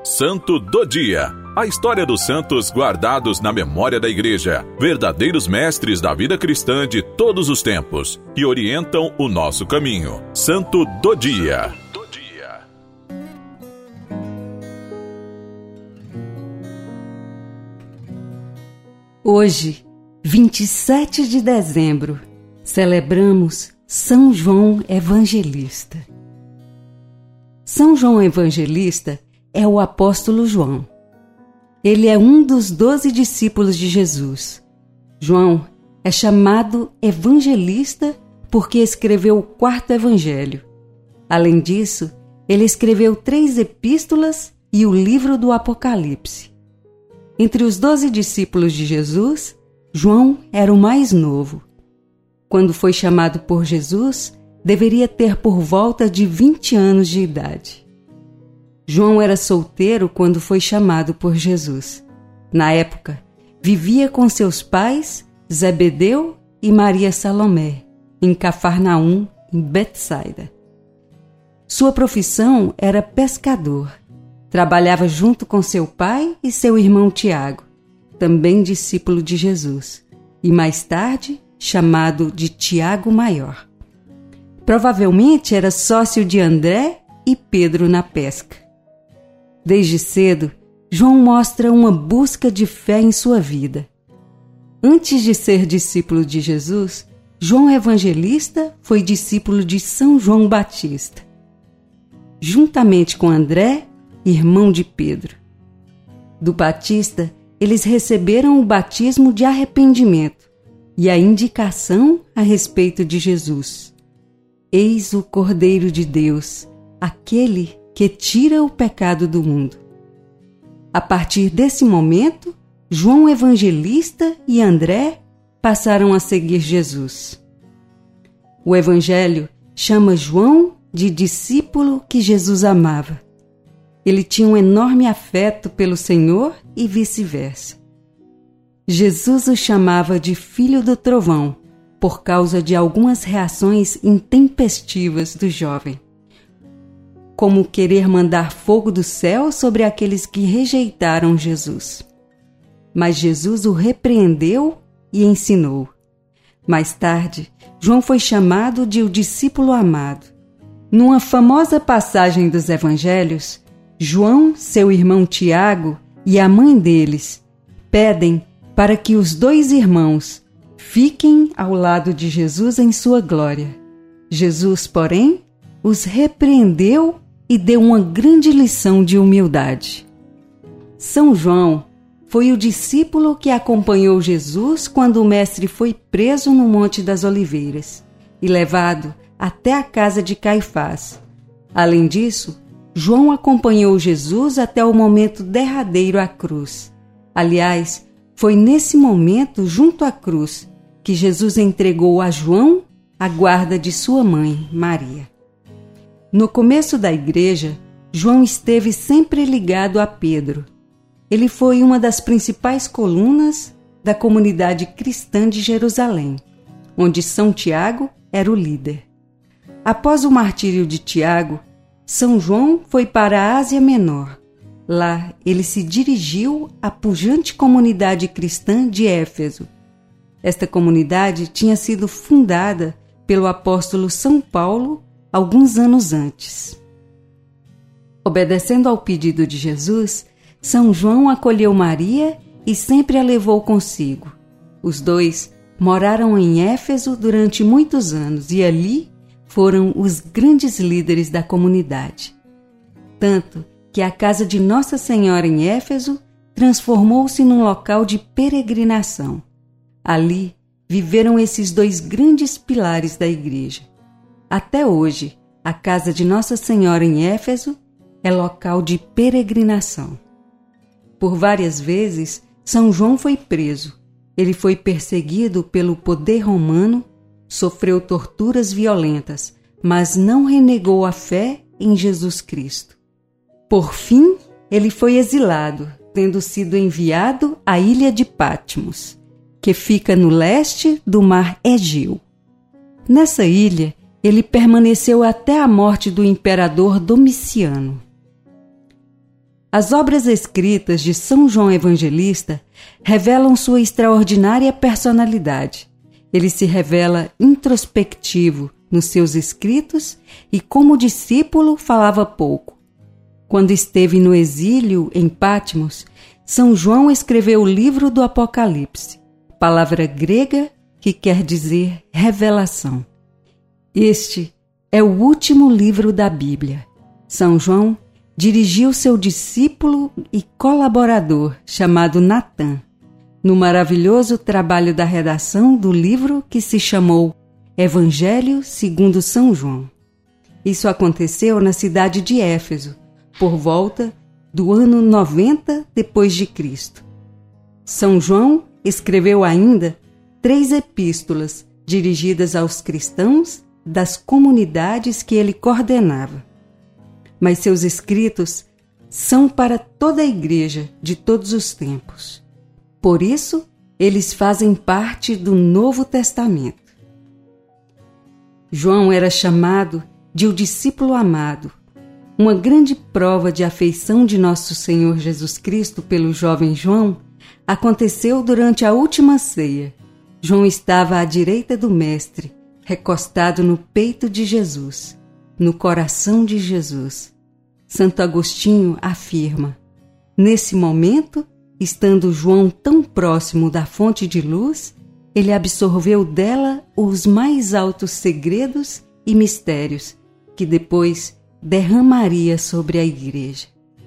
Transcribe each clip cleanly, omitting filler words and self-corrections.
Santo do Dia. A história dos santos guardados na memória da Igreja, verdadeiros mestres da vida cristã de todos os tempos, que orientam o nosso caminho. Santo do Dia. Hoje, 27 de dezembro, celebramos São João Evangelista. São João Evangelista é o apóstolo João. Ele é um dos 12 discípulos de Jesus. João é chamado evangelista porque escreveu o 4º evangelho. Além disso, ele escreveu 3 epístolas e o livro do Apocalipse. Entre os 12 discípulos de Jesus, João era o mais novo. Quando foi chamado por Jesus, deveria ter por volta de 20 anos de idade. João era solteiro quando foi chamado por Jesus. Na época, vivia com seus pais, Zebedeu e Maria Salomé, em Cafarnaum, em Betsaida. Sua profissão era pescador. Trabalhava junto com seu pai e seu irmão Tiago, também discípulo de Jesus, e mais tarde chamado de Tiago Maior. Provavelmente era sócio de André e Pedro na pesca. Desde cedo, João mostra uma busca de fé em sua vida. Antes de ser discípulo de Jesus, João Evangelista foi discípulo de São João Batista, juntamente com André, irmão de Pedro. Do Batista, eles receberam o batismo de arrependimento e a indicação a respeito de Jesus. Eis o Cordeiro de Deus, aquele que tira o pecado do mundo. A partir desse momento, João Evangelista e André passaram a seguir Jesus. O Evangelho chama João de discípulo que Jesus amava. Ele tinha um enorme afeto pelo Senhor e vice-versa. Jesus o chamava de filho do trovão, por causa de algumas reações intempestivas do jovem, como querer mandar fogo do céu sobre aqueles que rejeitaram Jesus. Mas Jesus o repreendeu e ensinou. Mais tarde, João foi chamado de o discípulo amado. Numa famosa passagem dos Evangelhos, João, seu irmão Tiago e a mãe deles pedem para que os 2 irmãos fiquem ao lado de Jesus em sua glória. Jesus, porém, os repreendeu e deu uma grande lição de humildade. São João foi o discípulo que acompanhou Jesus quando o mestre foi preso no Monte das Oliveiras e levado até a casa de Caifás. Além disso, João acompanhou Jesus até o momento derradeiro à cruz. Aliás, foi nesse momento, junto à cruz, que Jesus entregou a João a guarda de sua mãe, Maria. No começo da igreja, João esteve sempre ligado a Pedro. Ele foi uma das principais colunas da comunidade cristã de Jerusalém, onde São Tiago era o líder. Após o martírio de Tiago, São João foi para a Ásia Menor. Lá, ele se dirigiu à pujante comunidade cristã de Éfeso. Esta comunidade tinha sido fundada pelo apóstolo São Paulo alguns anos antes. Obedecendo ao pedido de Jesus, São João acolheu Maria e sempre a levou consigo. Os 2 moraram em Éfeso durante muitos anos e ali foram os grandes líderes da comunidade. Tanto que a casa de Nossa Senhora em Éfeso transformou-se num local de peregrinação. Ali viveram esses 2 grandes pilares da igreja. Até hoje, a casa de Nossa Senhora em Éfeso é local de peregrinação. Por várias vezes, São João foi preso. Ele foi perseguido pelo poder romano, sofreu torturas violentas, mas não renegou a fé em Jesus Cristo. Por fim, ele foi exilado, tendo sido enviado à ilha de Patmos, que fica no leste do mar Egeu. Nessa ilha, ele permaneceu até a morte do imperador Domiciano. As obras escritas de São João Evangelista revelam sua extraordinária personalidade. Ele se revela introspectivo nos seus escritos e, como discípulo, falava pouco. Quando esteve no exílio em Patmos, São João escreveu o livro do Apocalipse, palavra grega que quer dizer revelação. Este é o último livro da Bíblia. São João dirigiu seu discípulo e colaborador, chamado Natan, no maravilhoso trabalho da redação do livro que se chamou Evangelho segundo São João. Isso aconteceu na cidade de Éfeso, por volta do ano 90 depois de Cristo. São João escreveu ainda 3 epístolas dirigidas aos cristãos das comunidades que ele coordenava. Mas seus escritos são para toda a igreja de todos os tempos. Por isso, eles fazem parte do Novo Testamento. João era chamado de o discípulo amado. Uma grande prova de afeição de nosso Senhor Jesus Cristo pelo jovem João aconteceu durante a última ceia. João estava à direita do Mestre, recostado no peito de Jesus, no coração de Jesus. Santo Agostinho afirma: nesse momento, estando João tão próximo da fonte de luz, ele absorveu dela os mais altos segredos e mistérios que depois derramaria sobre a Igreja.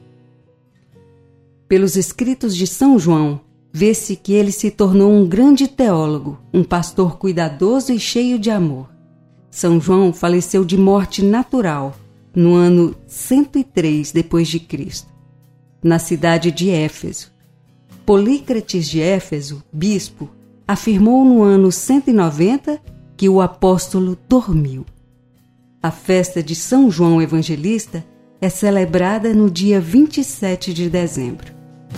Pelos escritos de São João, vê-se que ele se tornou um grande teólogo, um pastor cuidadoso e cheio de amor. São João faleceu de morte natural no ano 103 depois de Cristo, na cidade de Éfeso. Polícrates de Éfeso, bispo, afirmou no ano 190 que o apóstolo dormiu. A festa de São João Evangelista é celebrada no dia 27 de dezembro.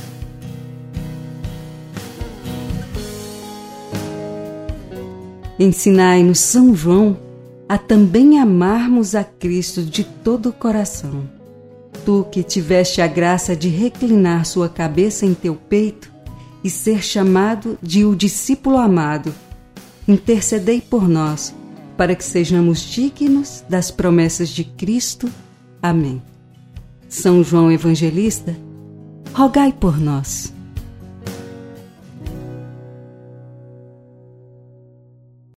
Ensinai-nos, São João, a também amarmos a Cristo de todo o coração. Tu que tiveste a graça de reclinar sua cabeça em teu peito e ser chamado de o discípulo amado, intercedei por nós, para que sejamos dignos das promessas de Cristo. Amém. São João Evangelista, rogai por nós.